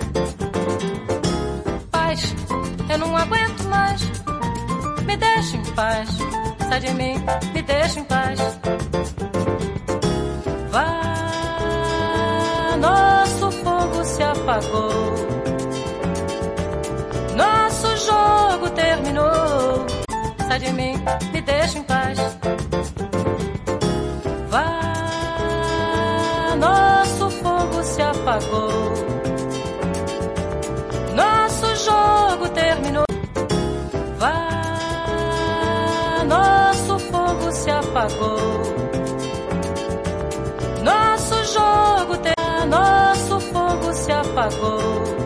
Speaker 19: Paz, eu não aguento mais. Me deixa em paz. Sai de mim, me deixa em paz. Vá, nosso fogo se apagou. Nosso jogo terminou. Sai de mim, me deixa em paz. Vá, nosso fogo se apagou. Nosso jogo terminou. Vá, nosso fogo se apagou. Nosso jogo terminou. Nosso fogo se apagou.